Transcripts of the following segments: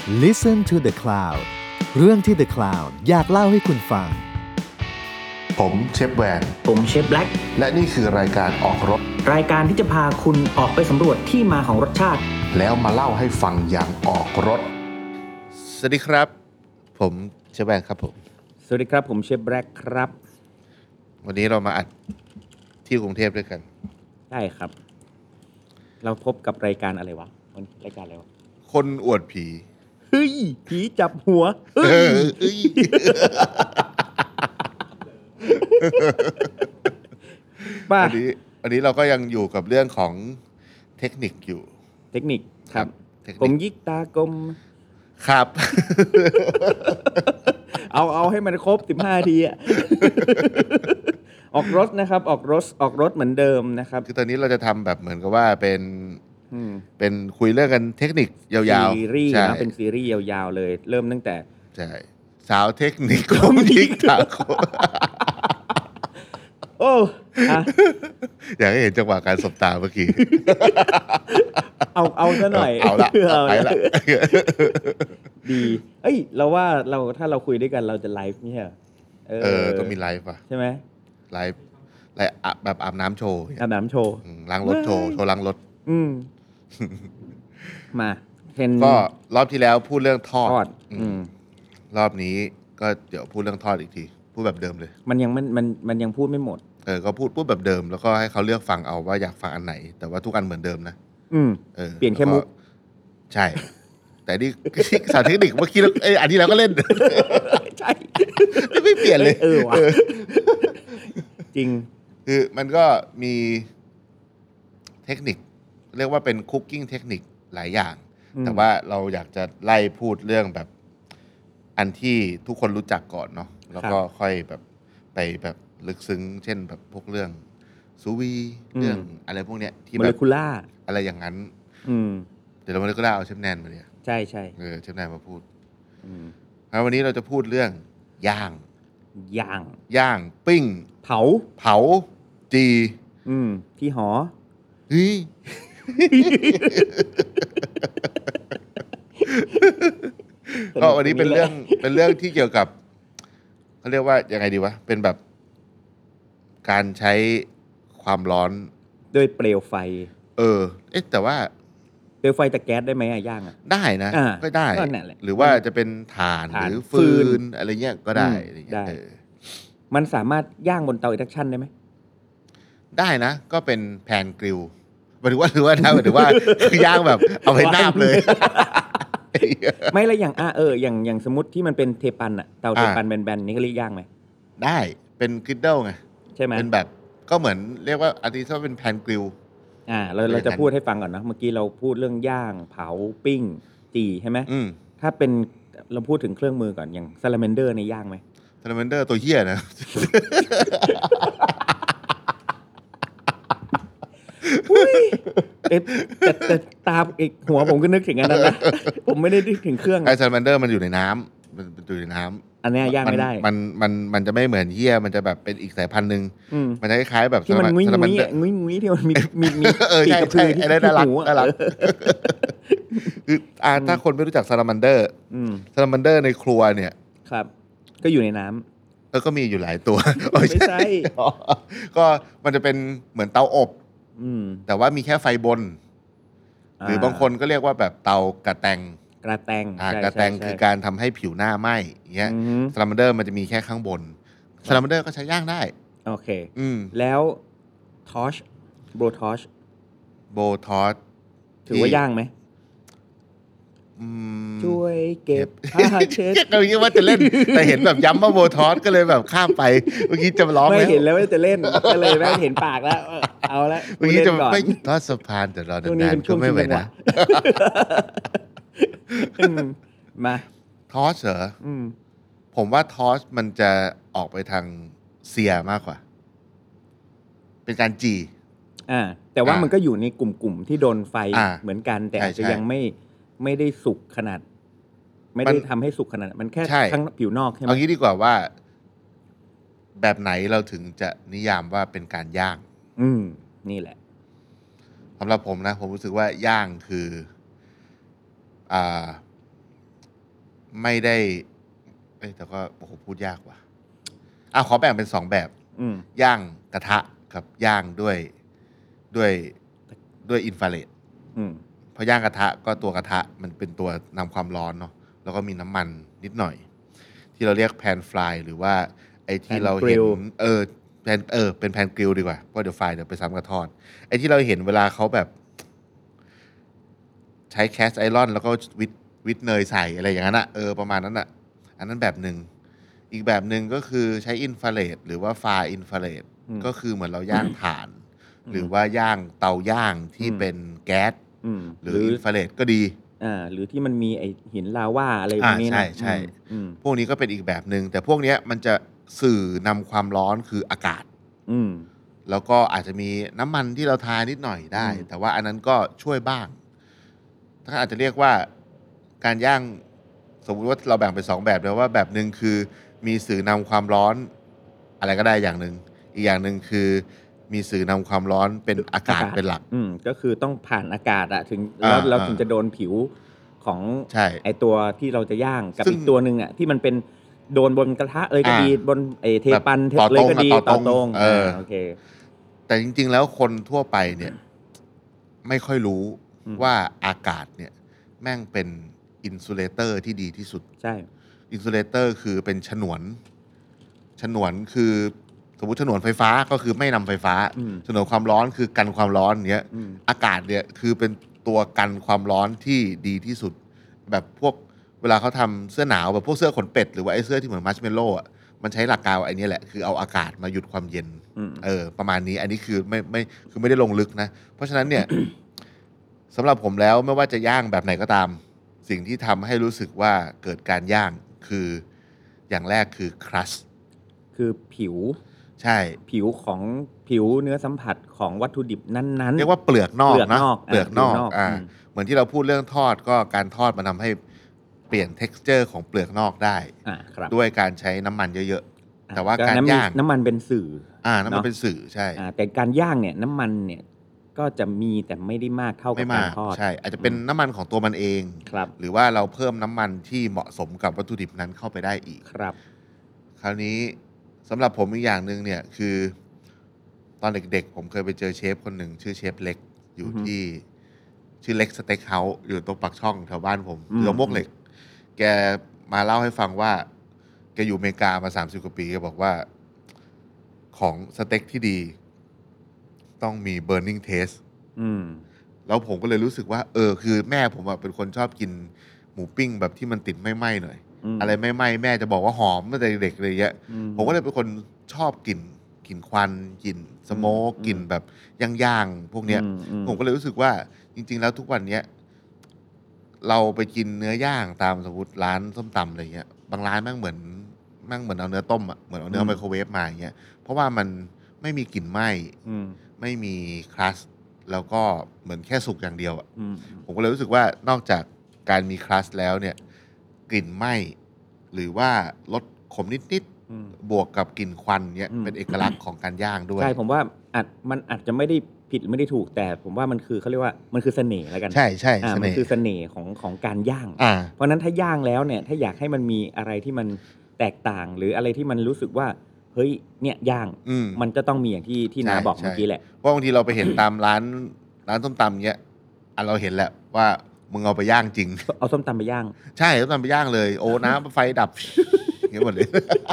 Listen to the Cloud เรื่องที่ The Cloud อยากเล่าให้คุณฟังผมเชฟแวนผมเชฟแบล็กและนี่คือรายการออกรถรายการที่จะพาคุณออกไปสำรวจที่มาของรสชาติแล้วมาเล่าให้ฟังอย่างออกรถสวัสดีครับผมเชฟแวนครับผมสวัสดีครับผมเชฟแบล็กครับวันนี้เรามาอัดที่กรุงเทพด้วยกันใช่ครับเราพบกับรายการอะไรวะรายการอะไรวะคนอวดผีเฮ้ยผีจับหัวป่ะวันนี้เราก็ยังอยู่กับเรื่องของเทคนิคอยู่เทคนิคครับผมยิกตากลมครับเอาให้มันครบ15นาทีอ่ะออกรถนะครับออกรถเหมือนเดิมนะครับคือตอนนี้เราจะทำแบบเหมือนกับว่าเป็นคุยเรื่องกันเทคนิคยาวๆซีรีส์นะเป็นซีรีส์ยาวๆเลยเริ่มตั้งแต่ใช่สาวเทคนิคผมยิกตากลมโอ้อยากให้เห็นจังหวะการสบตาเมื่อกี้เอาซะหน่อยเอาละไปละดีเอ้ยเราว่าถ้าเราคุยด้วยกันเราจะไลฟ์นี่เหรอต้องมีไลฟ์ป่ะใช่ไหมไลฟ์แบบอาบน้ำโชว์ล้างรถโชว์ล้างรถมาก็รอบที่แล้วพูดเรื่องทอดรอบนี้ก็เดี๋ยวพูดเรื่องทอดอีกทีพูดแบบเดิมเลยมันยังพูดไม่หมดก็พูดแบบเดิมแล้วก็ให้เขาเลือกฟังเอาว่าอยากฟังอันไหนแต่ว่าทุกอันเหมือนเดิมนะเปลี่ยนแค่มุกใช่แต่นี่สาเทคนิคเมื่อกี้แล้วอันที่แล้วก็เล่นใช่ไม่เปลี่ยนเลยว่ะจริงคือมันก็มีเทคนิคเรียกว่าเป็นคุกกิ้งเทคนิคหลายอย่างแต่ว่าเราอยากจะไล่พูดเรื่องแบบอันที่ทุกคนรู้จักก่อนเนาะแล้วก็ค่อยแบบไปแบบลึกซึ้งเช่นแบบพวกเรื่องซูวีเรื่องอะไรพวกเนี้ยที่แบบโมเลกุล่าอะไรอย่างนั้นเดี๋ยวเราโมเลกุล่าเอาเชฟแนนมาเนี่ยใช่ใช่เชฟแนนมาพูดแล้ววันนี้เราจะพูดเรื่องย่างปิ้งเผาจีที่หอก็วันนี้เป็นเรื่องที่เกี่ยวกับเขาเรียกว่ายังไงดีวะเป็นแบบการใช้ความร้อนด้วยเปลวไฟแต่ว่าเปลวไฟจากแก๊สได้ไหมย่างได้นะก็ได้หรือว่าจะเป็นถ่านหรือฟืนอะไรเงี้ยก็ได้มันสามารถย่างบนเตาอินดักชันได้ไหมได้นะก็เป็นแพนกริลหมายถึงว่าคือย่างแบบเอาไว้นาบเลยไม่แล้วอย่างสมมติที่มันเป็นเทปันอะเตาเทปันแบนๆนี่ก็เรียกย่างไหมได้เป็นกริดเดิลไงใช่ไหมเป็นแบบก็เหมือนเรียกว่าอันนี้ถ้าเป็นแพนกริลเราจะพูดให้ฟังก่อนนะเมื่อกี้เราพูดเรื่องย่างเผาปิ้งจีใช่ไหมถ้าเป็นเราพูดถึงเครื่องมือก่อนอย่างซาลาเมนเดอร์ในย่างไหมซาลาเมนเดอร์ตัวเหี้ยนะแต่ตามอีกหัวผมก็นึกถึงอันนั้นนะผมไม่ได้นึกถึงเครื่องไอซาลาเมนเดอร์มันอยู่ในน้ำมันอยู่ในน้ำอันนี้ย่างไม่ได้มันจะไม่เหมือนเหี้ยมันจะแบบเป็นอีกสายพันธุ์นึงมันจะคล้ายๆแบบที่มันงุ้ยที่มันมีปีกกระพือที่น่ารักคือถ้าคนไม่รู้จักซาลาแมนเดอร์ในครัวเนี่ยครับก็อยู่ในน้ำก็มีอยู่หลายตัวไม่ใช่ก็มันจะเป็นเหมือนเตาอบแต่ว่ามีแค่ไฟบนหรือบางคนก็เรียกว่าแบบเตากระแตงกระแตงคือการทำให้ผิวหน้าไหม้อย่างเงี้ยซาลาแมนเดอร์มันจะมีแค่ข้างบนซาลาแมนเดอร์ก็ใช้ย่างได้โอเคแล้วทอชโบทอชถือว่าย่างไหมช่วยเก็บผ้าเช็ดเราคิดว่าจะเล่นแต่เห็นแบบย้ำว่าโบทอสก็เลยแบบข้ามไปเมื่อกี้จะร้องไม่เห็นแล้วว่าจะเล่นก็เลยไม่เห็นปากแล้วเอาละเมื่อกี้จะไม่ทอดสะพานแต่รอนานๆก็ไม่ไหวนะมาทอสเหรอผมว่าทอสมันจะออกไปทางเซียมากกว่าเป็นการจีแต่ว่ามันก็อยู่ในกลุ่มที่โดนไฟเหมือนกันแต่อาจจะยังไม่ได้สุกขนาดไม่ได้ทำให้สุกขนาดมันแค่ทั้งผิวนอกใช่ไหมเอางี้ดีกว่าว่าแบบไหนเราถึงจะนิยามว่าเป็นการย่างนี่แหละสำหรับผมนะผมรู้สึกว่าย่างคือไม่ได้แต่ก็โอ้โหพูดยากว่ะขอแบ่งเป็น2แบบย่างกระทะกับย่างด้วยอินฟราเรดพอย่างกระทะก็ตัวกระทะมันเป็นตัวนำความร้อนเนาะแล้วก็มีน้ำมันนิดหน่อย ที่เราเรียกแพนฟรายหรือว่าไอ้ที่เราเห็นเป็นแพนกริลดีกว่าเพราะเดี๋ยวไฟเดี๋ยวไปซ้ำกับทอดไอ้ที่เราเห็นเวลาเขาแบบใช้แคสไอรอนแล้วก็วิทเนยใส่อะไรอย่างนั้นประมาณนั้นอันนั้นแบบหนึ่งอีกแบบหนึ่งก็คือใช้อินฟราเรดหรือว่าฟาอินฟราเรดก็คือเหมือนเราย่างถ่านหรือว่าย่างเตาย่างที่เป็นแก๊สหรืออินฟราเรดก็ดีหรือที่มันมีไอหินลาว่าอะไรพวกนี้นะใช่พวกนี้ก็เป็นอีกแบบหนึ่งแต่พวกนี้มันจะสื่อนำความร้อนคืออากาศแล้วก็อาจจะมีน้ำมันที่เราทานิดหน่อยได้แต่ว่าอันนั้นก็ช่วยบ้างถ้าอาจจะเรียกว่าการย่างสมมติว่าเราแบ่งเป็น2แบบเลยว่าแบบหนึ่งคือมีสื่อนำความร้อนอะไรก็ได้อย่างหนึ่งอีกอย่างหนึ่งคือมีสื่อนำความร้อนเป็นอากาศเป็นหลักก็คือต้องผ่านอากาศถึงแล้วเราถึงจะโดนผิวของไอตัวที่เราจะย่างกับอีกตัวหนึ่งที่มันเป็นโดนบนกระทะเลยก็ดีบนเทปันเลยก็ดีต่อตรงโอเคแต่จริงๆแล้วคนทั่วไปเนี่ยไม่ค่อยรู้ว่าอากาศเนี่ยแม่งเป็นอินซูเลเตอร์ที่ดีที่สุดใช่อินซูเลเตอร์คือเป็นฉนวนคือสมมติฉนวนไฟฟ้าก็คือไม่นำไฟฟ้าฉนวนความร้อนคือกันความร้อนเนี้ยอากาศเนี่ยคือเป็นตัวกันความร้อนที่ดีที่สุดแบบพวกเวลาเขาทำเสื้อหนาวแบบพวกเสื้อขนเป็ดหรือว่าไอ้เสื้อที่เหมือนมัชเมลโล่มันใช้หลักการไอ้นี่แหละคือเอาอากาศมาหยุดความเย็นประมาณนี้อันนี้คือไม่ได้ลงลึกนะเพราะฉะนั้นเนี่ย สำหรับผมแล้วไม่ว่าจะย่างแบบไหนก็ตามสิ่งที่ทำให้รู้สึกว่าเกิดการย่างคืออย่างแรกคือครัชคือผิวใช่ผิวเนื้อสัมผัสของวัตถุดิบนั้นๆเรียกว่าเปลือกนอกนะเปลือกนอกเหมือนที่เราพูดเรื่องทอดก็การทอดมันทำให้เปลี่ยน texture ของเปลือกนอกได้ด้วยการใช้น้ำมันเยอะๆแต่ว่าการย่างน้ำมันเป็นสื่อน้ำมันเป็นสื่อใช่แต่การย่างเนี่ยน้ำมันเนี่ยก็จะมีแต่ไม่ได้มากเท่ากับการทอดใช่อาจจะเป็นน้ำมันของตัวมันเองหรือว่าเราเพิ่มน้ำมันที่เหมาะสมกับวัตถุดิบนั้นเข้าไปได้อีกครับคราวนี้สำหรับผมอีกอย่างหนึ่งเนี่ยคือตอนเด็กๆผมเคยไปเจอเชฟคนหนึ่งชื่อเชฟเล็กอยู่ที่ชื่อเล็กสเต็กเฮาส์อยู่ตรงปากช่องแถวบ้านผมอยู่มวกเหล็กแกมาเล่าให้ฟังว่าแกอยู่อเมริกามา30กว่าปีแกบอกว่าของสเต็กที่ดีต้องมี burning taste แล้วผมก็เลยรู้สึกว่าคือแม่ผมเป็นคนชอบกินหมูปิ้งแบบที่มันติดไหม้ๆหน่อยอะไรไม่ไหม้แม่จะบอกว่าหอมตั้งแต่เด็กเลยเยอะผมก็เลยเป็นคนชอบกลิ่นควันกลิ่นสโมกกลิ่นแบบย่างๆพวกเนี้ยผมก็เลยรู้สึกว่าจริงๆแล้วทุกวันเนี้ยเราไปกินเนื้อย่างตามสมมติร้านส้มตำอะไรเงี้ยบางร้านแม่งเหมือนเอาเนื้อต้มเหมือนเอาเนื้อไมโครเวฟมาอย่างเงี้ยเพราะว่ามันไม่มีกลิ่นไหม้ไม่มีครัสแล้วก็เหมือนแค่สุกอย่างเดียวผมก็เลยรู้สึกว่านอกจากการมีครัสแล้วเนี่ยกลิ่นไหม้หรือว่ารสขมนิดๆบวกกับกลิ่นควันเนี่ยเป็นเอกลักษณ์ของการย่างด้วยใช่ผมว่ามันอาจจะไม่ได้ผิดไม่ได้ถูกแต่ผมว่ามันคือเขาเรียกว่ามันคือเสน่ห์แล้วกันใช่ใช่มันคือเสน่ห์ของการย่างเพราะนั้นถ้าย่างแล้วเนี่ยถ้าอยากให้มันมีอะไรที่มันแตกต่างหรืออะไรที่มันรู้สึกว่าเฮ้ยเนี่ยย่างมันจะต้องมีอย่างที่น้าบอกเมื่อกี้แหละเพราะบางทีเราไปเห็นตามร้านส้มตำเนี้ยเราเห็นแหละว่ามึงเอาไปย่างจริงเอาส้มตำไปย่างใช่ส้มตำไปย่างเลยโอ้น้ำไฟดับอย่างเงี้ยหมดเลย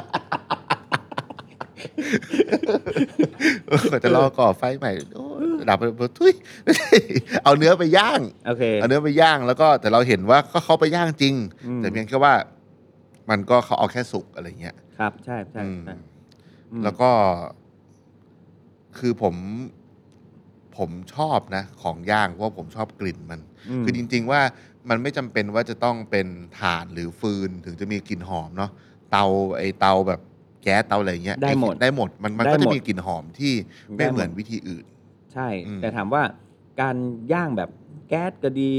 ก็จะรอก่อไฟใหม่ดับไปทุยไม่ใช่เอาเนื้อไปย่างเอาเนื้อไปย่างแล้วก็แต่เราเห็นว่าเขาไปย่างจริงแต่เพียงแค่ว่ามันก็เขาเอาแค่สุกอะไรเงี้ยครับใช่ใช่แล้วก็คือผมชอบนะของย่างเพราะผมชอบกลิ่นมันคือจริงๆว่ามันไม่จำเป็นว่าจะต้องเป็นถ่านหรือฟืนถึงจะมีกลิ่นหอมเนาะเตาแบบแก๊สเตาอะไรเงี้ยได้หมดมันก็จะมีกลิ่นหอมที่ไม่เหมือนวิธีอื่นใช่แต่ถามว่าการย่างแบบแก๊สก็ดี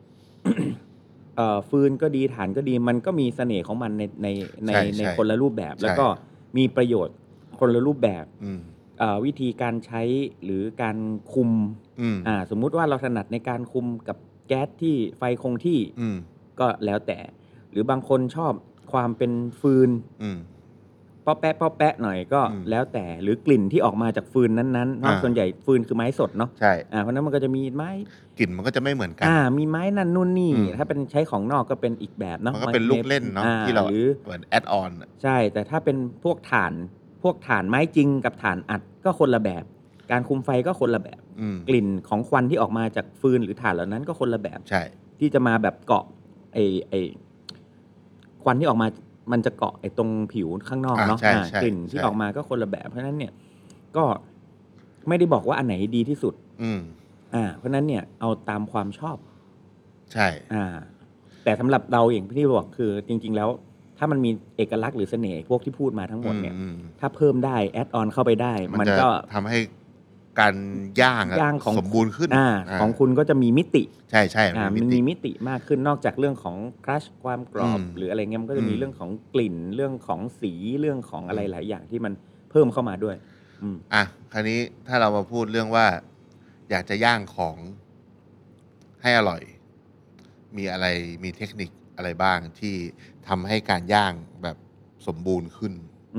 ฟืนก็ดีถ่านก็ดีมันก็มีเสน่ห์ของมันในคนละรูปแบบแล้วก็มีประโยชน์คนละรูปแบบวิธีการใช้หรือการคุมสมมุติว่าเราถนัดในการคุมกับแก๊สที่ไฟคงที่ก็แล้วแต่รือบางคนชอบความเป็นฟืนป๊อแปะหน่อยก็แล้วแต่หรือกลิ่นที่ออกมาจากฟืนนั้นๆเนาะส่วนใหญ่ฟืนคือไม้สดเนาะใช่เพราะนั้นมันก็จะมีไม้กลิ่นมันก็จะไม่เหมือนกันมีไม้นั่นนู่นนี่ถ้าเป็นใช้ของนอกก็เป็นอีกแบบเนาะมันก็เป็นลูกเล่นเนาะที่เราเหมือนแอดออนใช่แต่ถ้าเป็นพวกถ่านไม้จริงกับถ่านอัดก็คนละแบบการคุมไฟก็คนละแบบกลิ่นของควันที่ออกมาจากฟืนหรือถ่านเหล่านั้นก็คนละแบบใช่ที่จะมาแบบเกาะไอควันที่ออกมามันจะเกาะไอ้ตรงผิวข้างนอกเนาะกลิ่นที่ออกมาก็คนละแบบเพราะฉะนั้นเนี่ยก็ไม่ได้บอกว่าอันไหนดีที่สุดเพราะฉะนั้นเนี่ยเอาตามความชอบใช่แต่สำหรับเราอย่างที่บอกคือจริงๆแล้วถ้ามันมีเอกลักษณ์หรือเสน่ห์พวกที่พูดมาทั้งหมดเนี่ยถ้าเพิ่มได้แอดออนเข้าไปได้มันก็ทำให้การย่างของสมบูรณ์ขึ้นของคุณก็จะมีมิติใช่มันมีมิติมากขึ้นนอกจากเรื่องของครัชความกรอบหรืออะไรเงี้ยมันก็จะมีเรื่องของกลิ่นเรื่องของสีเรื่องของอะไรหลายอย่างที่มันเพิ่มเข้ามาด้วยคราวนี้ถ้าเรามาพูดเรื่องว่าอยากจะย่างของให้อร่อยมีอะไรมีเทคนิคอะไรบ้างที่ทำให้การย่างแบบสมบูรณ์ขึ้น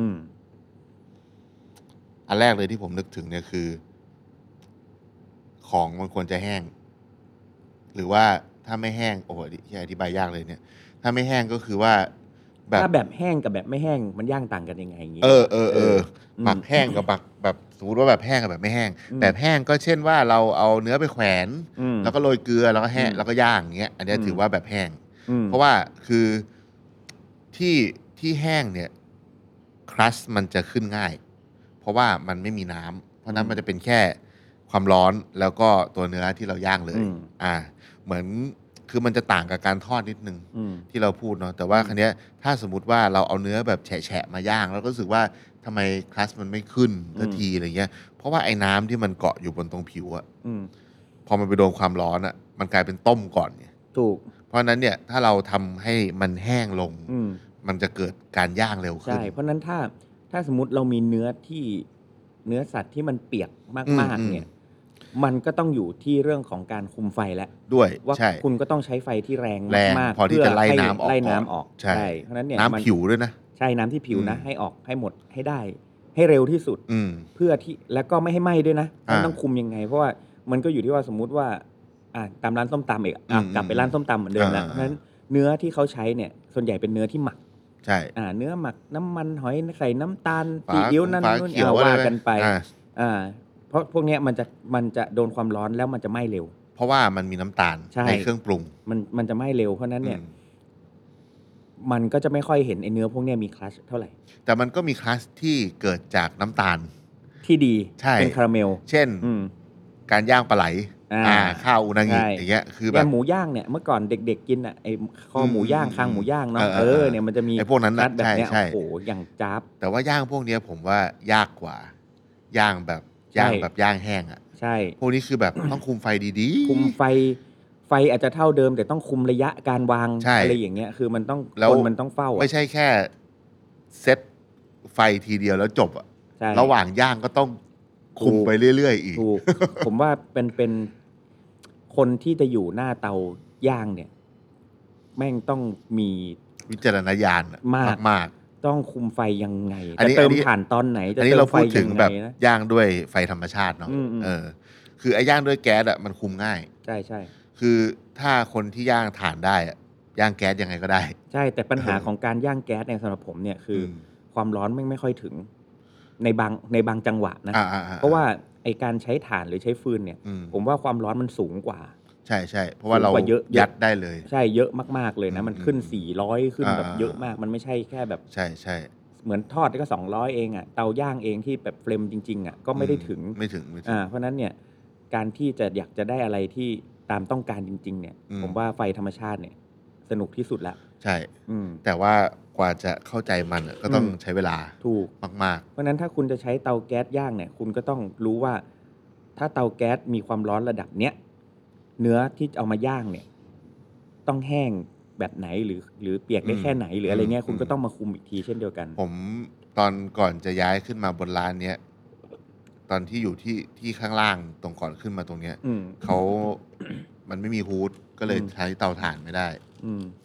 อันแรกเลยที่ผมนึกถึงเนี่ยคือของมันควรจะแห้งหรือว่าถ้าไม่แห้งโอ้โหอธิบายยากเลยเนี่ยถ้าไม่แห้งก็คือว่าถ้าแบบแห้งกับแบบไม่แห้งมันย่างต่างกันยังไงอย่างงี้หมักแห้งกับแบบสมมติว่าแบบแห้งกับแบบไม่แห้งแบบแห้งก็เช่นว่าเราเอาเนื้อไปแขวนแล้วก็โรยเกลือแล้วก็แห้งแล้วก็ย่างอย่างเงี้ยอันนี้ถือว่าแบบแห้งเพราะว่าคือที่แห้งเนี่ยครัสมันจะขึ้นง่ายเพราะว่ามันไม่มีน้ำเพราะนั้นมันจะเป็นแค่ความร้อนแล้วก็ตัวเนื้อที่เราย่างเลยเหมือนคือมันจะต่างกับการทอดนิดนึงที่เราพูดเนาะแต่ว่าครั้งนี้ถ้าสมมติว่าเราเอาเนื้อแบบแฉะมาย่างแล้วก็รู้สึกว่าทำไมครัสมันไม่ขึ้นทันทีอะไรเงี้ยเพราะว่าไอ้น้ำที่มันเกาะอยู่บนตรงผิวอะพอมันไปโดนความร้อนอะมันกลายเป็นต้มก่อนไงถูกเพราะนั้นเนี่ยถ้าเราทำให้มันแห้งลงมันจะเกิดการย่างเร็วขึ้นใช่เพราะนั้นถ้าสมมติเรามีเนื้อสัตว์ที่มันเปียกมากๆเนี่ยมันก็ต้องอยู่ที่เรื่องของการคุมไฟแล้วด้วยว่าคุณก็ต้องใช้ไฟที่แรงมากพอที่จะไล่น้ำออกใช่เพราะนั้นเนี่ยน้ำผิวด้วยนะใช่น้ำที่ผิวนะให้ออกให้หมดให้ได้ให้เร็วที่สุดเพื่อที่แล้วก็ไม่ให้ไหม้ด้วยนะต้องคุมยังไงเพราะว่ามันก็อยู่ที่ว่าสมมุติว่าตามร้านส้มตำอีกกลับไปร้านส้มตำเหมือนเดิมนะเพราะฉะนั้นเนื้อที่เขาใช้เนี่ยส่วนใหญ่เป็นเนื้อที่หมักใช่เนื้อหมักน้ำมันหอยใส่น้ำตาลซีอิ๊วนั่นนู่นว่ากันไปเพราะพวกนี้มันจะโดนความร้อนแล้วมันจะไหม้เร็วเพราะว่ามันมีน้ำตาลในเครื่องปรุงมันจะไหม้เร็วเพราะนั้นเนี่ยมันก็จะไม่ค่อยเห็นไอ้เนื้อพวกนี้มีคลัชเท่าไหร่แต่มันก็มีคลัชที่เกิดจากน้ำตาลที่ดีเป็นคาราเมลเช่นการย่างปลาไหลข้าวอุนางิอย่างเงี้ยคือแบบหมูย่างเนี่ยเมื่อก่อนเด็กๆกินไอ้คอหมูย่างคางหมูย่างเนาะเนี่ยมันจะมีไอ้พวกนั้นแบบเนี้ยโอ้โหอย่างจ๊าบแต่ว่าย่างพวกนี้ผมว่ายากกว่าย่างแบบย่างแห้งใช่พวกนี้คือแบบต้องคุมไฟดีๆคุมไฟอาจจะเท่าเดิมแต่ต้องคุมระยะการวางอะไรอย่างเงี้ยคือมันต้องคนมันต้องเฝ้าไม่ใช่แค่เซตไฟทีเดียวแล้วจบอ่ะระหว่างย่างก็ต้องคุมไปเรื่อยๆอีกถูกผมว่าเป็นคนที่จะอยู่หน้าเตาย่างเนี่ยแม่งต้องมีวิจารณญาณมากต้องคุมไฟยังไงจะเติมถ่านตอนไหนจะเติมไฟยังไงนะย่างด้วยไฟธรรมชาติเนาะคือไอ้ย่างด้วยแก๊สอ่ะมันคุมง่ายใช่คือถ้าคนที่ย่างถ่านได้อ่ะย่างแก๊สยังไงก็ได้ใช่แต่ปัญหาของการย่างแก๊สเนี่ยสำหรับผมเนี่ยคือความร้อนไม่ค่อยถึงในบางจังหวะนะเพราะว่าไอการใช้ถ่านหรือใช้ฟืนเนี่ยผมว่าความร้อนมันสูงกว่าใช่เพราะว่าเรายัดได้เลยใช่เยอะมากๆเลยนะมันขึ้น400ขึ้นแบบเยอะมากมันไม่ใช่แค่แบบใช่เหมือนทอดก็200เองอ่ะเตาย่างเองที่แบบเฟรมจริงๆอ่ะก็ไม่ได้ถึงเพราะนั้นเนี่ยการที่จะอยากจะได้อะไรที่ตามต้องการจริงๆเนี่ยผมว่าไฟธรรมชาติเนี่ยสนุกที่สุดละใช่แต่ว่ากว่าจะเข้าใจมันก็ต้องใช้เวลาถูกมากๆเพราะนั้นถ้าคุณจะใช้เตาแก๊สย่างเนี่ยคุณก็ต้องรู้ว่าถ้าเตาแก๊สมีความร้อนระดับเนี้ยเนื้อที่เอามาย่างเนี่ยต้องแห้งแบบไหนหรือเปียกได้แค่ไหนหรืออะไรเงี้ยคุณก็ต้องมาคุมอีกทีเช่นเดียวกันผมตอนก่อนจะย้ายขึ้นมาบนร้านเนี้ยตอนที่อยู่ที่ข้างล่างตรงก่อนขึ้นมาตรงเนี้ยมันไม่มีฮูดก็เลยใช้เตาถ่านไม่ได้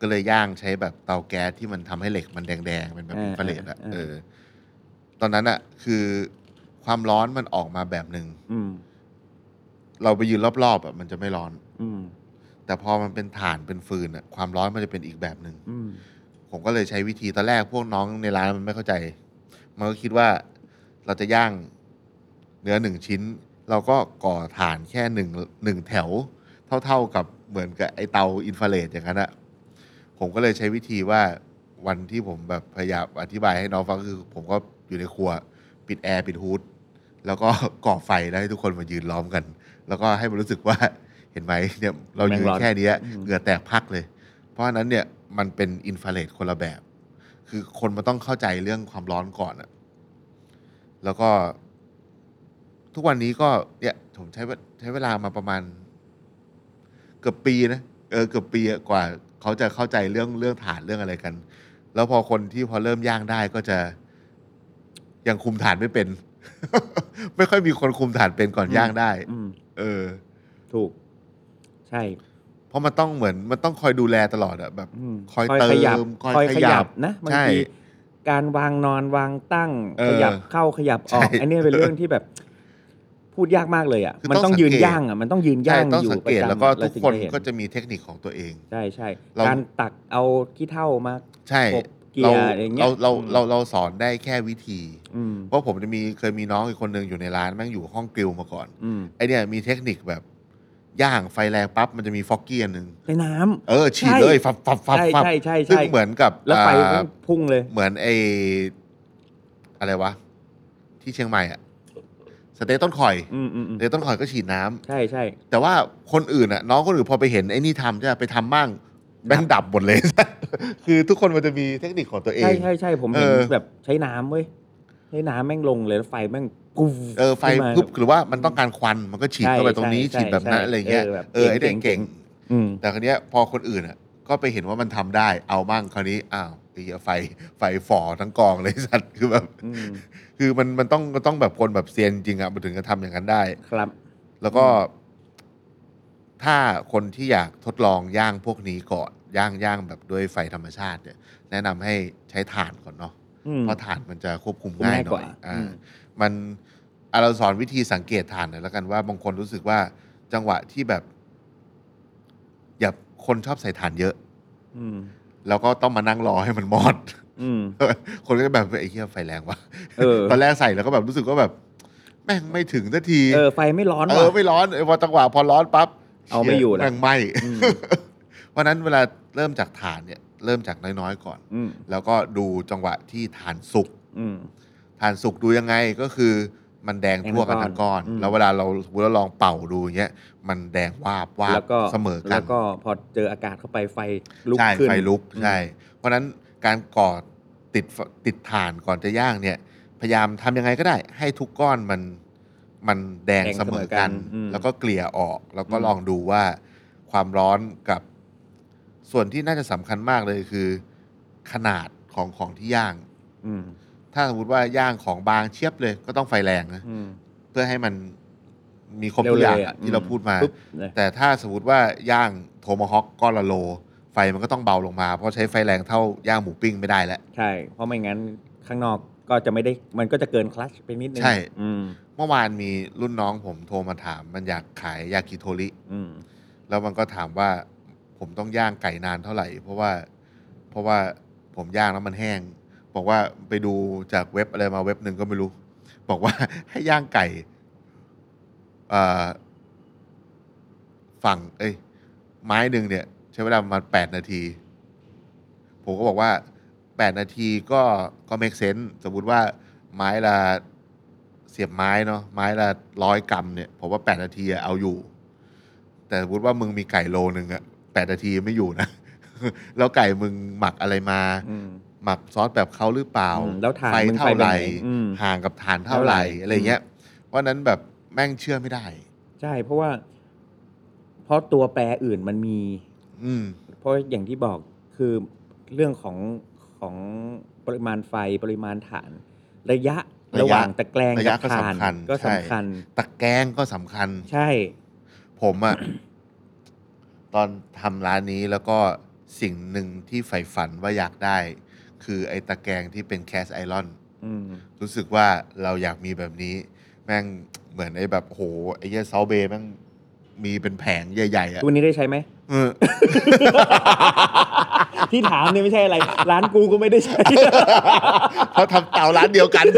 ก็เลยย่างใช้แบบเตาแก๊สที่มันทำให้เหล็กมันแดงๆเป็นแบบอินฟราเรดตอนนั้นอ่ะคือความร้อนมันออกมาแบบหนึ่งเราไปยืนรอบๆมันจะไม่ร้อนแต่พอมันเป็นถ่านเป็นฟืนอ่ะความร้อนมันจะเป็นอีกแบบหนึ่งผมก็เลยใช้วิธีตอนแรกพวกน้องในร้านมันไม่เข้าใจมันก็คิดว่าเราจะย่างเนื้อ1 ชิ้นเราก็ก่อถ่านแค่หนึ่งแถวเท่ากับเหมือนกับไอเตาอินฟราเรดอย่างนั้นอะผมก็เลยใช้วิธีว่าวันที่ผมแบบพยายามอธิบายให้น้องฟังคือผมก็อยู่ในครัวปิดแอร์ปิดฮูดแล้วก็ก่อไฟแล้วให้ทุกคนมายืนล้อมกัน แล้วก็ให้มันรู้สึกว่าเห็นไหมเนี่ยเรายืนแค่นี้เหงื่อแตกพักเลยเพราะฉะนั้นเนี่ยมันเป็นอินฟราเรดคนละแบบคือคนมันต้องเข้าใจเรื่องความร้อนก่อนอะแล้วก็ทุกวันนี้ก็เนี่ยผมใช้เวลามาประมาณเกือบปีนะเกือบปีกว่าเขาจะเข้าใจเรื่องถ่านเรื่องอะไรกันแล้วพอคนที่พอเริ่มย่างได้ก็จะยังคุมถ่านไม่เป็น ไม่ค่อยมีคนคุมถ่านเป็นก่อนย่างได้ถูกใช่เพราะมันต้องเหมือนมันต้องคอยดูแลตลอดอะแบบคอยเติมคอยขยับนะบางทีการวางนอนวางตั้งขยับเข้าขยับออกอันนี้เป็นเรื่องที่แบบพูดยากมากเลยอ่ะมันต้องยืนย่างอ่ะมันต้องยืนย่างอยู่ประจำแล้วก็ทุกคนก็จะมีเทคนิคของตัวเองใช่ใช่การตักเอาขี้เถ้ามาใช่เกียร์อย่างเงี้ยเราสอนได้แค่วิธีเพราะผมเคยมีน้องอีกคนนึงอยู่ในร้านแม่งอยู่ห้องกริลมาก่อนไอเนี่ยมีเทคนิคแบบย่างไฟแรงปั๊บมันจะมีฟอกกี้อันนึงในน้ำฉีดเลยฟับใช่ซึ่งเหมือนกับแล้วไฟพุ่งเลยเหมือนไออะไรวะที่เชียงใหม่อ่ะสเต๊กต้นข่อยสเต๊กต้นข่อยก็ฉีดน้ำใช่แต่ว่าคนอื่นอ่ะน้องคนอื่นพอไปเห็นไอ้นี่ทำจะไปทำบ้างแม่งดับหมดเลย คือทุกคนมันจะมีเทคนิคของตัวเองใช่ผมเห็นแบบใช้น้ำเว้ยใช้น้ำแม่งลงเลยแล้วไฟแม่งกูไฟปุ๊บหรือว่ามันต้องการควันมันก็ฉีดเข้าไปตรงนี้ฉีดแบบนั้นอะไรเงี้ยไอ้เด็กเก่งแต่คราวนี้พอคนอื่นอ่ะก็ไปเห็นว่ามันทำได้เอาบ้างคราวนี้อ้าวไอ้ไฟฝ่อทั้งกองเลยสัตว์คือแบบคือมันต้องแบบคนแบบเซียนจริงอ่ะมันถึงจะทำอย่างนั้นได้ครับแล้วก็ถ้าคนที่อยากทดลองย่างพวกนี้ก่อนย่างแบบด้วยไฟธรรมชาติเนี่ยแนะนำให้ใช้ถ่านก่อนเนาะเพราะถ่านมันจะควบคุมง่ายหน่อยมันเราสอนวิธีสังเกตถ่านหน่อยแล้วกันว่าบางคนรู้สึกว่าจังหวะที่แบบอย่าคนชอบใส่ถ่านเยอะแล้วก็ต้องมานั่งรอให้มันมอดคนก็จะแบบไอ้เหี้ยไฟแรงวะตอนแรกใส่แล้วก็แบบรู้สึกว่าแบบแม่งไม่ถึงนาทีไฟไม่ร้อนไม่ร้อนพอจังหวะพอร้อนปั๊บเอาไม่อยู่แล้วไหม้เพราะนั้นเวลาเริ่มจากถ่านเนี่ยเริ่มจากน้อยๆก่อนแล้วก็ดูจังหวะที่ถ่านสุกถ่านสุกดูยังไงก็คือมันแดงทั่วกันทั้งก้อนแล้วเวลาเราลองเป่าดูอย่างเงี้ยมันแดงวาบเสมอกันแล้วก็พอเจออากาศเข้าไปไฟลุกขึ้นไฟลุกใช่เพราะนั้นการก่อติดถ่านก่อนจะย่างเนี่ยพยายามทำยังไงก็ได้ให้ทุกก้อนมันแดงเสมอกันแล้วก็เกลี่ยออกแล้วก็ลองดูว่าความร้อนกับส่วนที่น่าจะสำคัญมากเลยคือขนาดของที่ย่างถ้าสมมติว่าย่างของบางเชียบเลยก็ต้องไฟแรงนะเพื่อให้มันมีครบทุกอย่างที่เราพูดมาแต่ถ้าสมมติว่าย่างโทมาฮอคก้อนละโลไฟมันก็ต้องเบาลงมาเพราะใช้ไฟแรงเท่าย่างหมูปิ้งไม่ได้แล้วใช่เพราะไม่งั้นข้างนอกก็จะไม่ได้มันก็จะเกินคลัชไปนิดนึงใช่เมื่อวานมีรุ่นน้องผมโทรมาถามมันอยากขายยากิโทริแล้วมันก็ถามว่าผมต้องย่างไก่นานเท่าไหร่เพราะว่าผมย่างแล้วมันแห้งบอกว่าไปดูจากเว็บอะไรมาเว็บหนึ่งก็ไม่รู้บอกว่าให้ย่างไก่ฝั่งไม้หนึ่งเนี่ยใช้เวลาประมาณ8 นาทีผมก็บอกว่า8 นาทีก็เมคเซนส์สมมุติว่าไม้ละเสียบไม้เนาะไม้ละ100 กรัมเนี่ยผมว่า8 นาทีเอาอยู่แต่สมมติว่ามึงมีไก่โลนึง8 นาทีไม่อยู่นะ แล้วไก่มึงหมักอะไรมาหมักซอสแบบเขาหรือเปล่าแล้วไฟเท่าไหร่ห่างกับฐานเท่าไหร่อะไรเงี้ยเพราะนั้นแบบแม่งเชื่อไม่ได้ใช่เพราะตัวแปรอื่นมันมีเพราะอย่างที่บอกคือเรื่องของปริมาณไฟปริมาณถ่านระยะระหว่างตะแกรงกับถ่านก็สำคัญตะแกรงก็สำคัญใช่ผมตอนทำร้านนี้แล้วก็สิ่งหนึ่งที่ใฝ่ฝันว่าอยากได้คือไอ้ตะแกรงที่เป็นแคสไอรอนรู้สึกว่าเราอยากมีแบบนี้แม่งเหมือนไอ้แบบโหไอ้เหี้ยเซาเบย์แม่งมีเป็นแผงใหญ่ๆอ่ะตัวนี้ได้ใช้ไหม ที่ถามเนี่ยไม่ใช่อะไรร้านกูก็ไม่ได้ใช้เพราะทำเตาร้านเดียวกัน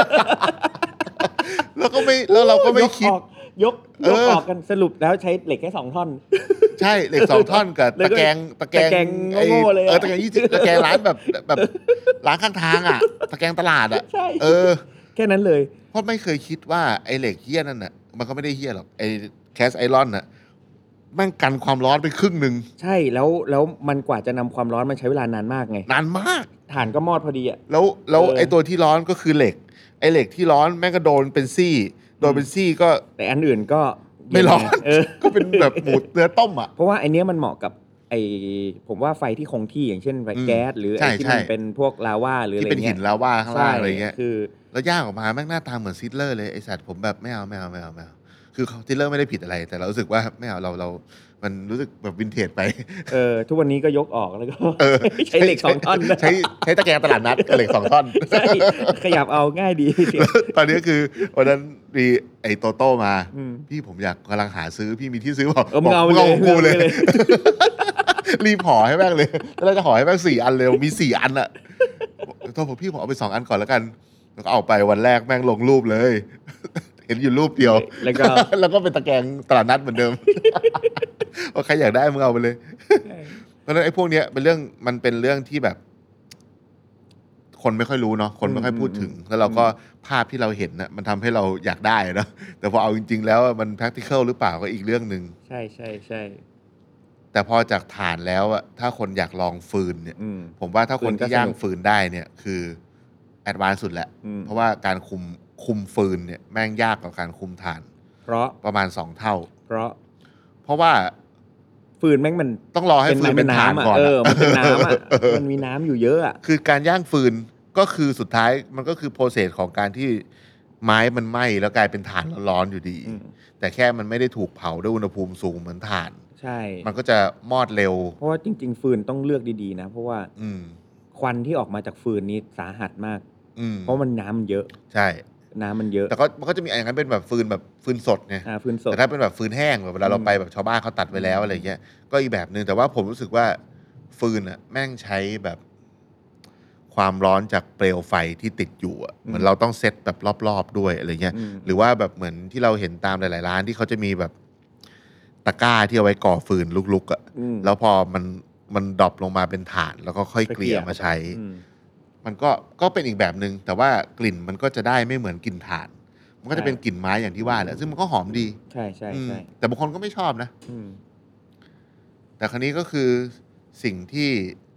แล้วเราก็ไม่คิดยกออกกันสรุปแล้วใช้เหล็กแค่2 ท่อนใช่เหล็ก2 ท่อนกับตะแกรงโง่ๆเลยตะแกรง20ตะแกรงร้านแบบร้านข้างทางอ่ะตะแกรงตลาดอ่ะแค่นั้นเลยเพราะไม่เคยคิดว่าไอ้เหล็กเหี้ยนั่นน่ะมันก็ไม่ได้เหี้ยหรอกไอ้แคสไอรอนน่ะแม่งกันความร้อนไปครึ่งนึงใช่แล้วมันกว่าจะนำความร้อนมันใช้เวลานานมากไงนานมากถ่านก็มอดพอดีอ่ะแล้วไอ้ตัวที่ร้อนก็คือเหล็กไอ้เหล็กที่ร้อนแม่งก็โดนเป็นซี่ก็แต่อันอื่นก็ไม่ร้อนก็เป็นแบบหมูเนื้อต้มอ่ะเพราะว่าไอเนี้ยมันเหมาะกับผมว่าไฟที่คงที่อย่างเช่นไฟแก๊สหรือไอ้ที่มันเป็นพวกลาวาหรืออะไรเงี้ยที่เป็นหินลาวาข้างล่างอะไรเงี้ยคือแล้วย่างออกมาแม่งหน้าตาเหมือนซิดเลอร์เลยไอสัตว์ผมแบบไม่เอาคือซิดเลอร์ไม่ได้ผิดอะไรแต่เรารู้สึกว่าไม่เอาเรามันรู้สึกแบบวินเทจไปทุกวันนี้ก็ยกออกแล้วก็ใช้เหล็ก2 ท่อนใช้ตะแกรงตลาดนัดกับเหล็ก2 ท่อนใช่ขยับเอาง่ายดีตอนนี้คือวันนั้นมีไอ้โตโต้มาพี่ผมอยากกำลังหาซื้อพี่มีที่ซื้อบอกเอากูเลยรีบห่อให้แม่งเลยแล้วเราจะห่อให้แม่ง4 อันเลยมี4 อันอะตัวผมพี่ผมเอาไป2 อันก่อนแล้วกันแล้วก็เอาไปวันแรกแม่งลงรูปเลยเห็นอยู่รูปเดียวแล้วก็เป็นตะแกรงตลาดนัดเหมือนเดิมว่าใครอยากได้มึงเอาไปเลยเพราะฉะนั้นไอ้พวกเนี้ยมันเป็นเรื่องที่แบบคนไม่ค่อยรู้เนาะคนไม่ค่อยพูดถึงแล้วเราก็ภาพที่เราเห็นนะมันทำให้เราอยากได้เนาะแต่พอเอาจริงๆแล้วมัน practical หรือเปล่าก็อีกเรื่องนึงใช่ใช่ใช่แต่พอจากถ่านแล้วอะถ้าคนอยากลองฟืนเนี่ยผมว่าถ้าคนที่ย่างฟืนได้เนี่ยคือแอดวานซ์สุดแหละเพราะว่าการคุมฟืนเนี่ยแม่งยากกว่าการคุมถ่านเพราะประมาณ2 เท่าเพราะว่าฟืนแม่งมันต้องรอให้ฟืนเป็นถ่านก่อนมันเป็นน้ำอ่ะมันมีน้ำอยู่เยอะอ่ะคือการย่างฟืนก็คือสุดท้ายมันก็คือโปรเซสของการที่ไม้มันไหม้แล้วกลายเป็นถ่านร้อนอยู่ดีแต่แค่มันไม่ได้ถูกเผาด้วยอุณหภูมิสูงเหมือนถ่านใช่มันก็จะมอดเร็วเพราะว่าจริงๆฟืนต้องเลือกดีๆนะเพราะว่าควันที่ออกมาจากฟืนนี้สาหัสมากเพราะมันน้ำเยอะใช่น้ำมันเยอะแต่มันก็จะมีอย่างนั้นเป็นแบบฟืนสดไงฟืนสดแต่ถ้าเป็นแบบฟืนแห้งแบบเวลาเราไปแบบชาวบ้านเขาตัดไว้แล้วอะไรเงี้ยก็อีกแบบนึงแต่ว่าผมรู้สึกว่าฟืนอ่ะแม่งใช้แบบความร้อนจากเปลวไฟที่ติดอยู่อ่ะเหมือนเราต้องเซตแบบรอบๆด้วยอะไรเงี้ยหรือว่าแบบเหมือนที่เราเห็นตามหลายๆร้านที่เขาจะมีแบบตะกร้าที่เอาไว้ก่อฟืนลุกๆอ่ะแล้วพอมันดรอปลงมาเป็นถ่านแล้วก็ค่อยเกลี่ยมาใช้มันก็เป็นอีกแบบนึงแต่ว่ากลิ่นมันก็จะได้ไม่เหมือนกลิ่นถ่านมันก็จะเป็นกลิ่นไม้อย่างที่ว่าแหละซึ่งมันก็หอมดีใช่ใช่ใช่แต่บางคนก็ไม่ชอบนะแต่คราวนี้ก็คือสิ่งที่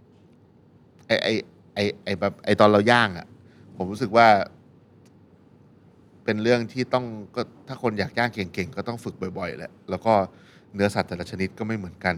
ไอแบบไอตอนเราย่างอ่ะผมรู้สึกว่าเป็นเรื่องที่ต้องก็ถ้าคนอยากย่างเก่งๆก็ต้องฝึกบ่อยๆแหละแล้วก็เนื้อสัตว์แต่ละชนิดก็ไม่เหมือนกัน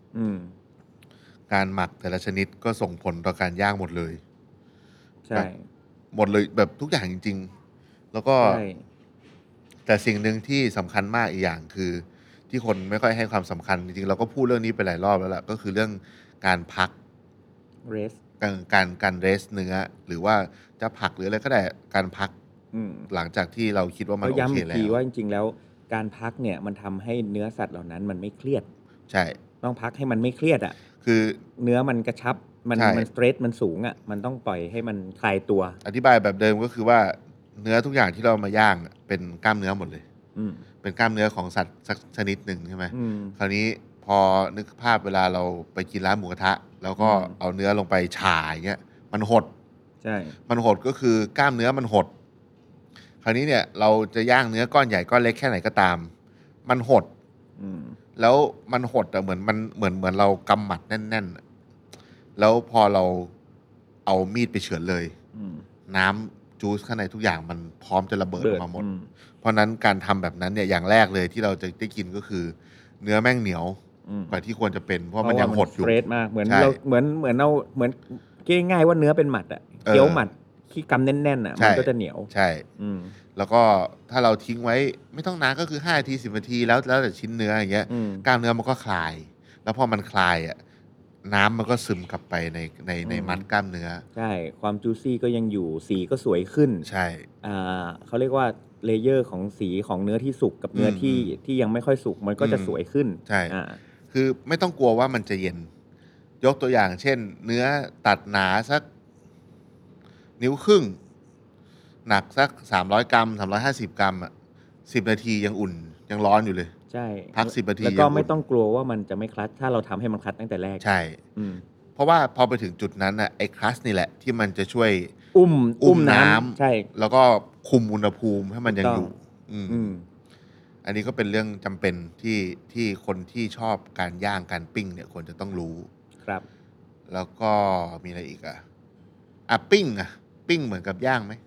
การหมักแต่ละชนิดก็ส่งผลต่อการย่างหมดเลยใช่หมดเลยแบบทุกอย่างจริงๆแล้วก็แต่สิ่งหนึ่งที่สำคัญมากอีกอย่างคือที่คนไม่ค่อยให้ความสำคัญจริงๆเราก็พูดเรื่องนี้ไปหลายรอบแล้วล่ะก็คือเรื่องการพักเรสการเรสเนื้อหรือว่าจะผักหรืออะไรก็ได้การพักหลังจากที่เราคิดว่ามันโอเคแล้วย้ำอีกทีว่าจริงๆแล้วการพักเนี่ยมันทำให้เนื้อสัตว์เหล่านั้นมันไม่เครียดใช่ต้องพักให้มันไม่เครียดอ่ะคือเนื้อมันกระชับมันสเตรสมันสูงอ่ะมันต้องปล่อยให้มันคลายตัวอธิบายแบบเดิมก็คือว่าเนื้อทุกอย่างที่เรามาย่างเป็นกล้ามเนื้อหมดเลยเป็นกล้ามเนื้อของสัตว์สักชนิดหนึ่งใช่ไหมคราวนี้พอนึกภาพเวลาเราไปกินร้านหมูกระทะแล้วก็เอาเนื้อลงไปฉ่ายเงี้ยมันหดใช่มันหดก็คือกล้ามเนื้อมันหดคราวนี้เนี่ยเราจะย่างเนื้อก้อนใหญ่ก้อนเล็กแค่ไหนก็ตามมันหดแล้วมันหดแต่เหมือนเรากำหมัดแน่นๆแล้วพอเราเอามีดไปเฉือนเลยน้ำจูสข้างในทุกอย่างมันพร้อมจะระเบิดออกมาหมดเพราะนั้นการทำแบบนั้นเนี่ยอย่างแรกเลยที่เราจะได้กินก็คือเนื้อแม่งเหนียวกว่าที่ควรจะเป็นเพราะมันยังหดอยู่เฟรชมากเหมือนเราเหมือนง่ายๆว่าเนื้อเป็นหมัดอ่ะเคี้ยวหมัดที่กำแน่นๆอ่ะมันก็จะเหนียวใช่แล้วก็ถ้าเราทิ้งไว้ไม่ต้องนานก็คือ5 นาที 10 นาทีแล้วแต่ชิ้นเนื้ออย่างเงี้ยกล้ามเนื้อมันก็คลายแล้วพอมันคลายอ่ะน้ำมันก็ซึมกลับไปในมัดกล้ามเนื้อใช่ความจูซี่ก็ยังอยู่สีก็สวยขึ้นใช่เขาเรียกว่าเลเยอร์ของสีของเนื้อที่สุกกับเนื้อที่ยังไม่ค่อยสุกมันก็จะสวยขึ้นใช่คือไม่ต้องกลัวว่ามันจะเย็นยกตัวอย่างเช่นเนื้อตัดหนาสักนิ้วครึ่งหนักสัก300 กรัม350 กรัม10 นาทียังอุ่นยังร้อนอยู่เลยใช่พัก10 นาทีแล้วก็ไม่ต้องกลัวว่ามันจะไม่คลัชถ้าเราทำให้มันคลัชตั้งแต่แรกใช่เพราะว่าพอไปถึงจุดนั้นไอ้คลัชนี่แหละที่มันจะช่วยอุ้มน้ำใช่แล้วก็คุมอุณหภูมิให้มันยังอยู่อันนี้ก็เป็นเรื่องจำเป็นที่คนที่ชอบการย่างการปิ้งเนี่ยควรจะต้องรู้ครับแล้วก็มีอะไรอีกปิ้งเหมือนกับย่างไหม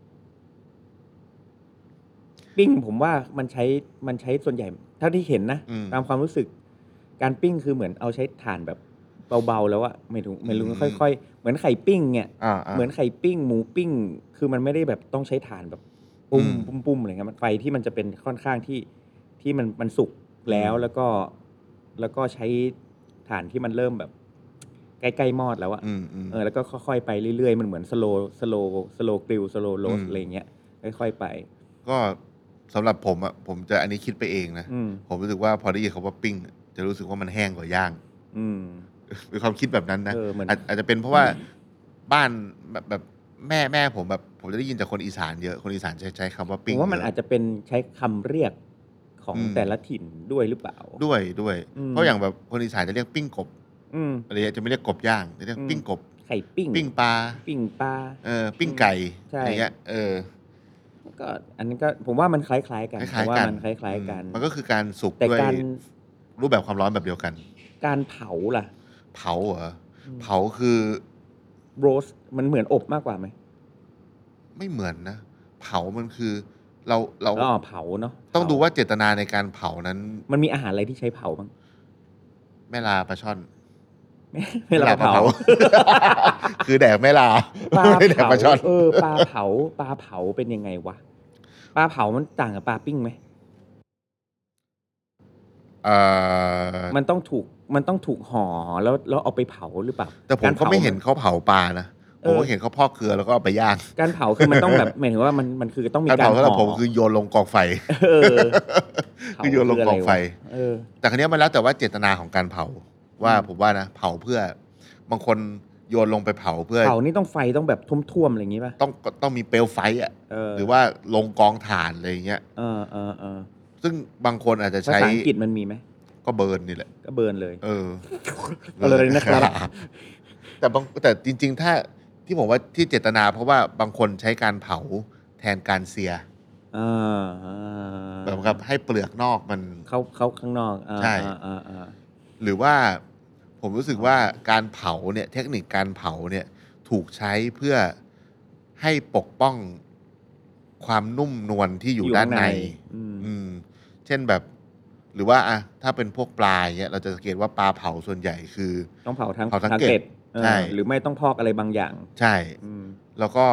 ปิ้งผมว่ามันใช้ส่วนใหญ่เท่าที่เห็นนะตามความรู้สึกการปิ้งคือเหมือนเอาใช้ถ่านแบบเบาๆแล้วไม่รู้ค่อยๆเหมือนไข่ปิ้งเนี่ยเหมือนไข่ปิ้งหมูปิ้งคือมันไม่ได้แบบต้องใช้ถ่านแบบปุ้มอะไรเงี้ยมันไฟที่มันจะเป็นค่อนข้างที่มันสุกแล้วก็ใช้ถ่านที่มันเริ่มแบบใกล้ๆมอดแล้วแล้วก็ค่อยๆไปเรื่อยๆมันเหมือนสโลว์กริลสโลว์โรสอะไรเงี้ยค่อยๆไปก็สำหรับผมจะอันนี้คิดไปเองนะผมรู้สึกว่าพอได้ยินคำว่าปิ้งจะรู้สึกว่ามันแห้งกว่าย่างมีความคิดแบบนั้นนะอาจจะเป็นเพราะว่าบ้านแบบแม่ผมจะได้ยินจากคนอีสานเยอะคนอีสานใช้คำว่าปิ้งผมว่ามันอาจจะเป็นใช้คำเรียกของแต่ละถิ่นด้วยหรือเปล่าด้วยเพราะอย่างแบบคนอีสานจะเรียกปิ้งกบอะไรจะไม่เรียกกบย่างจะเรียกปิ้งกบไข่ปิ้งปลาปิ้งไก่อะไรเงี้ยก็อันนี้ก็ผมว่ามันคล้ายๆกันเพราะว่ามันคล้ายๆกันมันก็คือการสุกด้วยรูปแบบความร้อนแบบเดียวกันการเผาล่ะเผาเหรอเผาคือโรสมันเหมือนอบมากกว่าไหมไม่เหมือนนะเผามันคือเราเผาเนาะต้องดูว่าเจตนาในการเผานั้นมันมีอาหารอะไรที่ใช้เผาบ้างแม่ลาปลาช่อนแม่ลาเผาคือแดกแม่ลาไม่แดกปลาช่อนปลาเผาเป็นยังไงวะปลาเผามันต่างกับปลาปิ้งไหมมันต้องถูกห่อแล้วเอาไปเผาหรือเปล่าแต่ผมก็ไม่เห็นเขาเผาปลานะผมก็เห็นเขาพอกเกลือแล้วก็เอาไปย่างการเผาคือมันต้องแบบหมายถึงว่ามันคือต้องมีการเผาสำหรับผมคือโยนลงกองไฟคือโยนลงกองไฟแต่ครั้นี้มันแล้วแต่ว่าเจตนาของการเผาว่าผมว่านะเผาเพื่อบางคนโยนลงไปเผาเพื่อเผานี่ต้องไฟต้องแบบท่วมๆอะไรอย่างงี้ป่ะต้องมีเปลวไฟหรือว่าลงกองถ่านอะไรอย่างเงี้ยซึ่งบางคนอาจจะใช้ภาษาอังกฤษมันมีไหมก็เบิร์นนี่แหละก็เบิร์นเลยอะไรนะครับแต่จริงๆถ้าที่ผมว่าที่เจตนาเพราะว่าบางคนใช้การเผาแทนการเสียแบบครับให้เปลือกนอกมันเข้าข้างนอกใช่หรือว่าผมรู้สึกว่าการเผาเนี่ยเทคนิคการเผาเนี่ยถูกใช้เพื่อให้ปกป้องความนุ่มนวลที่อยู่ด้านในเช่นแบบหรือว่าถ้าเป็นพวกปลาเนี่ยเราจะสังเกตว่าปลาเผาส่วนใหญ่คือต้องเผาทั้งเกล็ดใช่หรือไม่ต้องพอกอะไรบางอย่างใช่แล้วก็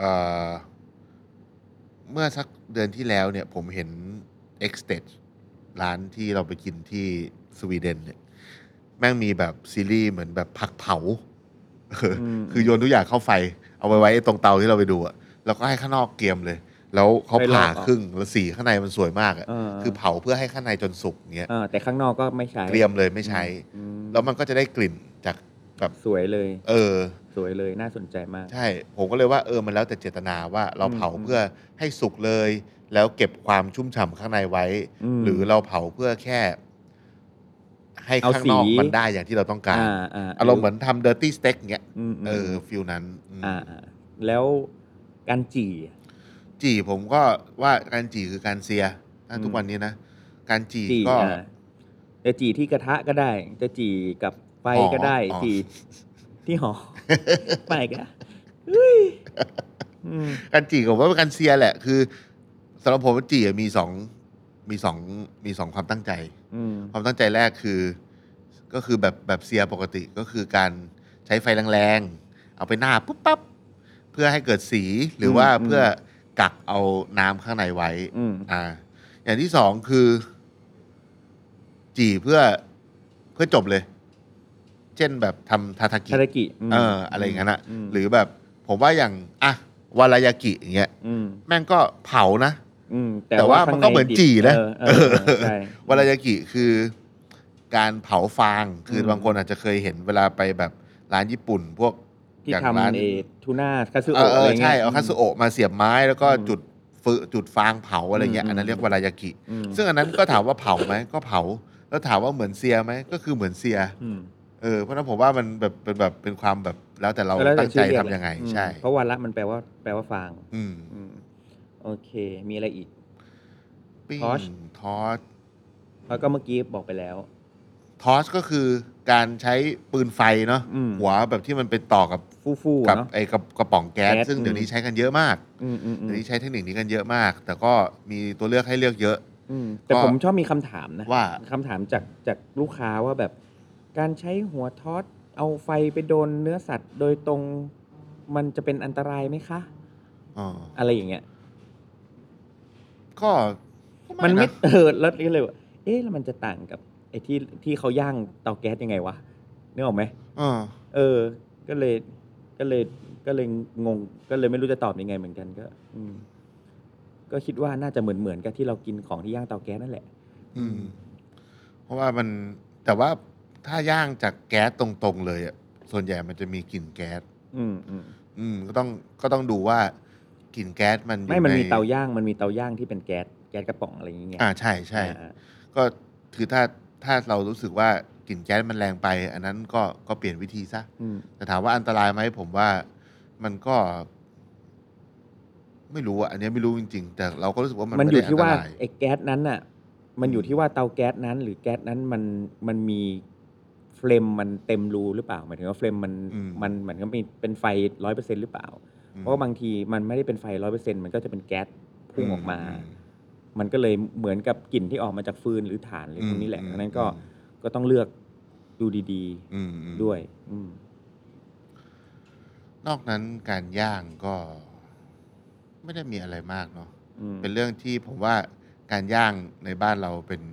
เมื่อสักเดือนที่แล้วเนี่ยผมเห็น X-Stage ร้านที่เราไปกินที่สวีเดนเนี่ยแม่งมีแบบซีรีส์เหมือนแบบผักเผาคือโยนทุกอย่างเข้าไฟเอาไว้ตรงเตาที่เราไปดูแล้วก็ให้ข้างนอกเกรียมเลยแล้วเขาผ่าครึ่งแล้วสีข้างในมันสวยมากคือเผาเพื่อให้ข้างในจนสุกเงี้ยแต่ข้างนอกก็ไม่ใช้เกรียมเลยไม่ใช้แล้วมันก็จะได้กลิ่นจากแบบสวยเลยสวยเลยน่าสนใจมากใช่ผมก็เลยว่ามันแล้วแต่เจตนาว่าเราเผาเพื่อให้สุกเลยแล้วเก็บความชุ่มฉ่ำข้างในไว้หรือเราเผาเพื่อแค่ให้ข้างนอกมันได้อย่างที่เราต้องการอารมณ์เหมือนทำ dirty steak เงี้ยฟิลนั้นแล้วการจี่ผมก็ว่าการจี่คือการเซียทุกวันนี้นะการจี่ก็จะจี่ที่กระทะก็ได้จะจี่กับไฟก็ได้จี่ที่หอไปก็ได้การจี่ผมว่าเป็นการเซียแหละคือสำหรับผมจี่มีสองความตั้งใจความตั้งใจแรกก็คือแบบเซียปกติก็คือการใช้ไฟแรงๆเอาไปหน้าปุ๊บปั๊บเพื่อให้เกิดสีหรือว่าเพื่อกักเอาน้ำข้างในไว้อย่างที่สองคือจี่เพื่อจบเลยเช่นแบบทำทาทากิ อะไรอย่างนั้นอะอืมหรือแบบผมว่าอย่างวารายากิอย่างเงี้ย แม่งก็เผานะ แต่ว่ามันก็เหมือนจี่นะใช่วารายากิคือการเผาฟางคือบางคนอาจจะเคยเห็นเวลาไปแบบร้านญี่ปุ่นพวกที่อย่างร้านทำทูน่าคาสึโอะอะไรเงี้ยใช่เอาคาสึโอะมาเสียบไม้แล้วก็อืมจุดฟางเผาอะไรเงี้ยอืมอันนั้นเรียกวารายากิอืมซึ่งอันนั้นก็ถามว่าเผาไหมก็เผา แล้วถามว่าเหมือนเซียไหมก็คือเหมือนเซีย เพราะฉะนั้นผมว่ามันเป็นความแบบแล้วแต่เราแล้วแต่ตั้งใจชื่อเรียกทำยังไงอืมใช่เพราะวาระมันแปลว่าฟางอืมโอเค มีอะไรอีกปิ้ง Torch ทอสแล้วก็เมื่อกี้บอกไปแล้วทอสก็คือการใช้ปืนไฟเนาะอืมหัวแบบที่มันไปต่อกับฟู่กับเนาะไอ้กระป๋องแก๊สแก๊สซึ่งเดี๋ยวนี้ใช้กันเยอะมากอืมเดี๋ยวนี้ใช้เทคนิคนี้กันเยอะมาก แต่ก็มีตัวเลือกให้เลือกเยอะแต่ผมชอบมีคำถามนะว่าคำถามจากลูกค้าว่าแบบ การใช้หัวทอสเอาไฟไปโดนเนื้อสัตว์ โดยตรงมันจะเป็นอันตรายไหมคะ อะไรอย่างเงี้ยก็มันไม่นะแล้วก็เลยว่าแล้วมันจะต่างกับไอ้ที่เขาย่างเตาแก๊สยังไงวะนึกออกไหม ก็เลยงง ก็เลยไม่รู้จะตอบยังไงเหมือนกันก็คิดว่าน่าจะเหมือนกับที่เรากินของที่ย่างเตาแก๊สนั่นแหละเพราะว่ามันแต่ว่าถ้าย่างจากแก๊สตรงๆเลยอ่ะส่วนใหญ่มันจะมีกลิ่นแก๊สก็ต้องดูว่ากลิ่นแก๊สมันอยู่มันในมีเตาย่างที่เป็นแก๊สกระป๋องอะไรอย่างเงี้ยใช่ก็คือถ้าเรารู้สึกว่ากลิ่นแก๊สมันแรงไป อันนั้นก็เปลี่ยนวิธีซะแต่ถามว่าอันตรายไหมผมว่ามันก็ ไม่รู้อ่ะอันนี้ไม่รู้จริงๆแต่เราก็รู้สึกว่ามันมันไม่อได้ยู่อัที่นตว่ารายไอ้แก๊สนั้นน่ะ มันอยู่ที่ว่าเตาแก๊สนั้น หรือแก๊สนั้นมันมีเฟลมมันเต็มรูหรือเปล่าหมายถึงว่าเฟลมมันเหมือนกับมีเป็นไฟ 100% หรือเปล่า เพราะว่าบางทีมันไม่ได้เป็นไฟ 100% มันก็จะเป็นแก๊สพุ่งออกมา มันก็เลยเหมือนกับกลิ่นที่ออกมาจากฟืนหรือถ่านหรือพวกนี้แหละดังนั้นก็ต้องเลือกดูดีๆด้วยนอกนั้นการย่างก็ไม่ได้มีอะไรมากเนาะเป็นเรื่องที่ผมว่าการย่างในบ้านเรา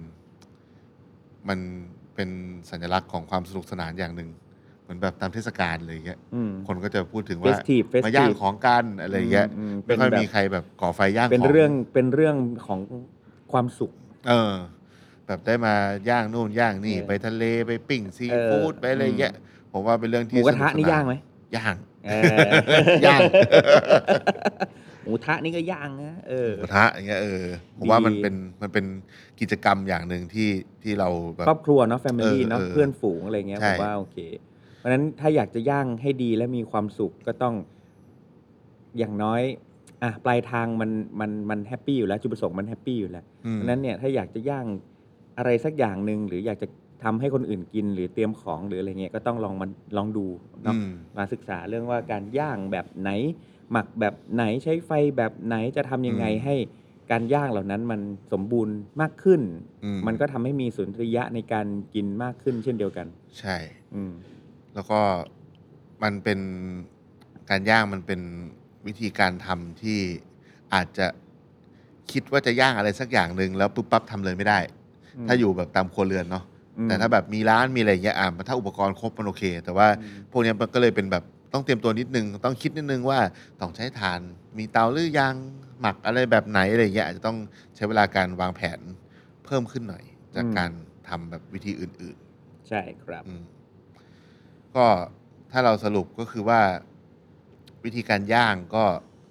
มันเป็นสัญลักษณ์ของความสนุกสนานอย่างหนึ่งเหมือนแบบตามเทศกาลเลยเงี้ยคนก็จะพูดถึงว่า Festive มาย่างของกันอะไรเงี้ยไม่ค่อยมีใครแบบก่อไฟย่างของเป็นเรื่องของความสุขแบบได้มาย่างนู่นย่างนี่ไปทะเลไปปิ้งซีฟู้ดไปอะไรเงี้ยผมว่าเป็นเรื่องที่หมูกระทะนี่ย่างไหมย่างย่างหมูทะนี่ก็ย่างนะหมูกระทะอย่างเงี้ยผมว่ามันเป็นกิจกรรมอย่างหนึ่งที่เราแบบครอบครัวเนาะ family เนาะเพื่อนฝูงอะไรเงี้ยผมว่าโอเคเพราะฉะนั้นถ้าอยากจะย่างให้ดีและมีความสุขก็ต้องอย่างน้อยปลายทางมันแฮปปี้อยู่แล้วจุดประสงค์มันแฮปปี้อยู่แล้วเพราะฉะนั้นเนี่ยถ้าอยากจะย่างอะไรสักอย่างนึงหรืออยากจะทำให้คนอื่นกินหรือเตรียมของหรืออะไรเงี้ยก็ต้องลองดูเนาะมาศึกษาเรื่องว่าการย่างแบบไหนหมักแบบไหนใช้ไฟแบบไหนจะทำยังไงให้การย่างเหล่านั้นมันสมบูรณ์มากขึ้นมันก็ทำให้มีสุนทรียะในการกินมากขึ้นเช่นเดียวกันใช่แล้วก็มันเป็นการย่างมันเป็นวิธีการทำที่อาจจะคิดว่าจะย่างอะไรสักอย่างหนึ่งแล้วปุ๊บปั๊บทำเลยไม่ได้ถ้าอยู่แบบตามครัวเรือนเนาะแต่ถ้าแบบมีร้านมีอะไรอย่างเงี้ยถ้าอุปกรณ์ครบมันโอเคแต่ว่าพวกนี้มันก็เลยเป็นแบบต้องเตรียมตัวนิดนึงต้องคิดนิดนึงว่าต้องใช้ถ่านมีเตาหรือยังหมักอะไรแบบไหนอะไรอย่างเงี้ยอาจจะต้องใช้เวลาการวางแผนเพิ่มขึ้นหน่อยจากการทำแบบวิธีอื่นๆใช่ครับก็ถ้าเราสรุปก็คือว่าวิธีการย่างก็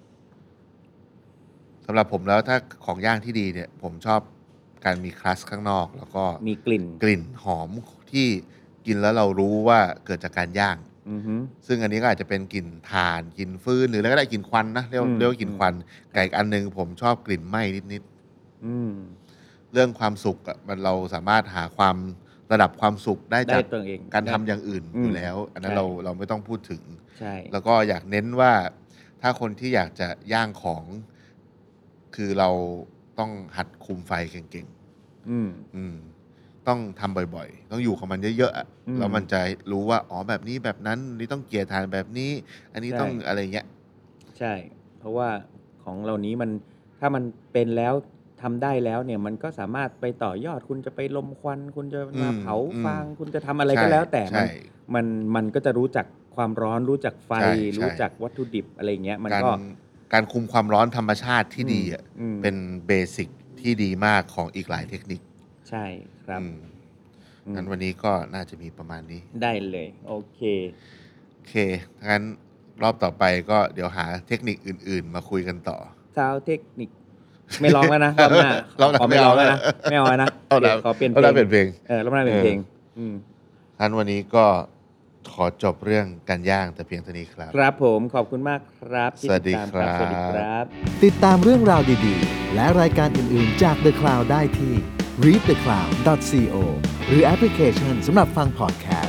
สำหรับผมแล้วถ้าของย่างที่ดีเนี่ยผมชอบการมีครัสข้างนอกแล้วก็มีกลิ่นหอมที่กินแล้วเรารู้ว่าเกิดจากการย่างซึ่งอันนี้ก็อาจจะเป็นกลิ่นถ่านกลิ่นฟืนหรืออะไรก็ได้กลิ่นควันนะเรียกว่ากลิ่นควันไก่อันนึงผมชอบกลิ่นไหม้นิดๆเรื่องความสุกมันเราสามารถหาความระดับความสุกได้จากการทำอย่างอื่นอยู่แล้วอันนั้นเราไม่ต้องพูดถึงแล้วก็อยากเน้นว่าถ้าคนที่อยากจะย่างของคือเราต้องหัดคุมไฟเก่งๆต้องทำบ่อยๆต้องอยู่กับมันเยอะๆแล้วมันจะรู้ว่าแบบนี้แบบนั้นนี่ต้องเกลี่ยถ่านแบบนี้อันนี้ต้องอะไรเงี้ยใช่เพราะว่าของเหล่านี้มันถ้ามันเป็นแล้วทำได้แล้วเนี่ยมันก็สามารถไปต่อยอดคุณจะไปลมควันคุณจะมาเผาฟางคุณจะทำอะไรก็แล้วแต่มันก็จะรู้จักความร้อนรู้จักไฟรู้จักวัตถุดิบอะไรเงี้ยมันก็การคุมความร้อนธรรมชาติที่ดีอ่ะเป็นเบสิกที่ดีมากของอีกหลายเทคนิคใช่ครับงั้นวันนี้ก็น่าจะมีประมาณนี้ได้เลยโอเคงั้นรอบต่อไปก็เดี๋ยวหาเทคนิคอื่นๆมาคุยกันต่อซาวเทคนิคไม่ร้องแล้วนะรอบหน้าไม่ร้องแล้วนะไม่เอานะขอเปลี่ยนเพลงรอบหน้าเปลี่ยนเพลงรอบหน้าเปลี่ยนเพลงงั้นวันนี้ก็ขอจบเรื่องการย่างแต่เพียงเท่านี้ครับครับผมขอบคุณมากครับสวัสดีครับติดตามเรื่องราวดีๆและรายการอื่นๆจาก The Cloud ได้ที่ readthecloud.co หรือแอปพลิเคชันสำหรับฟังพอดแคสต์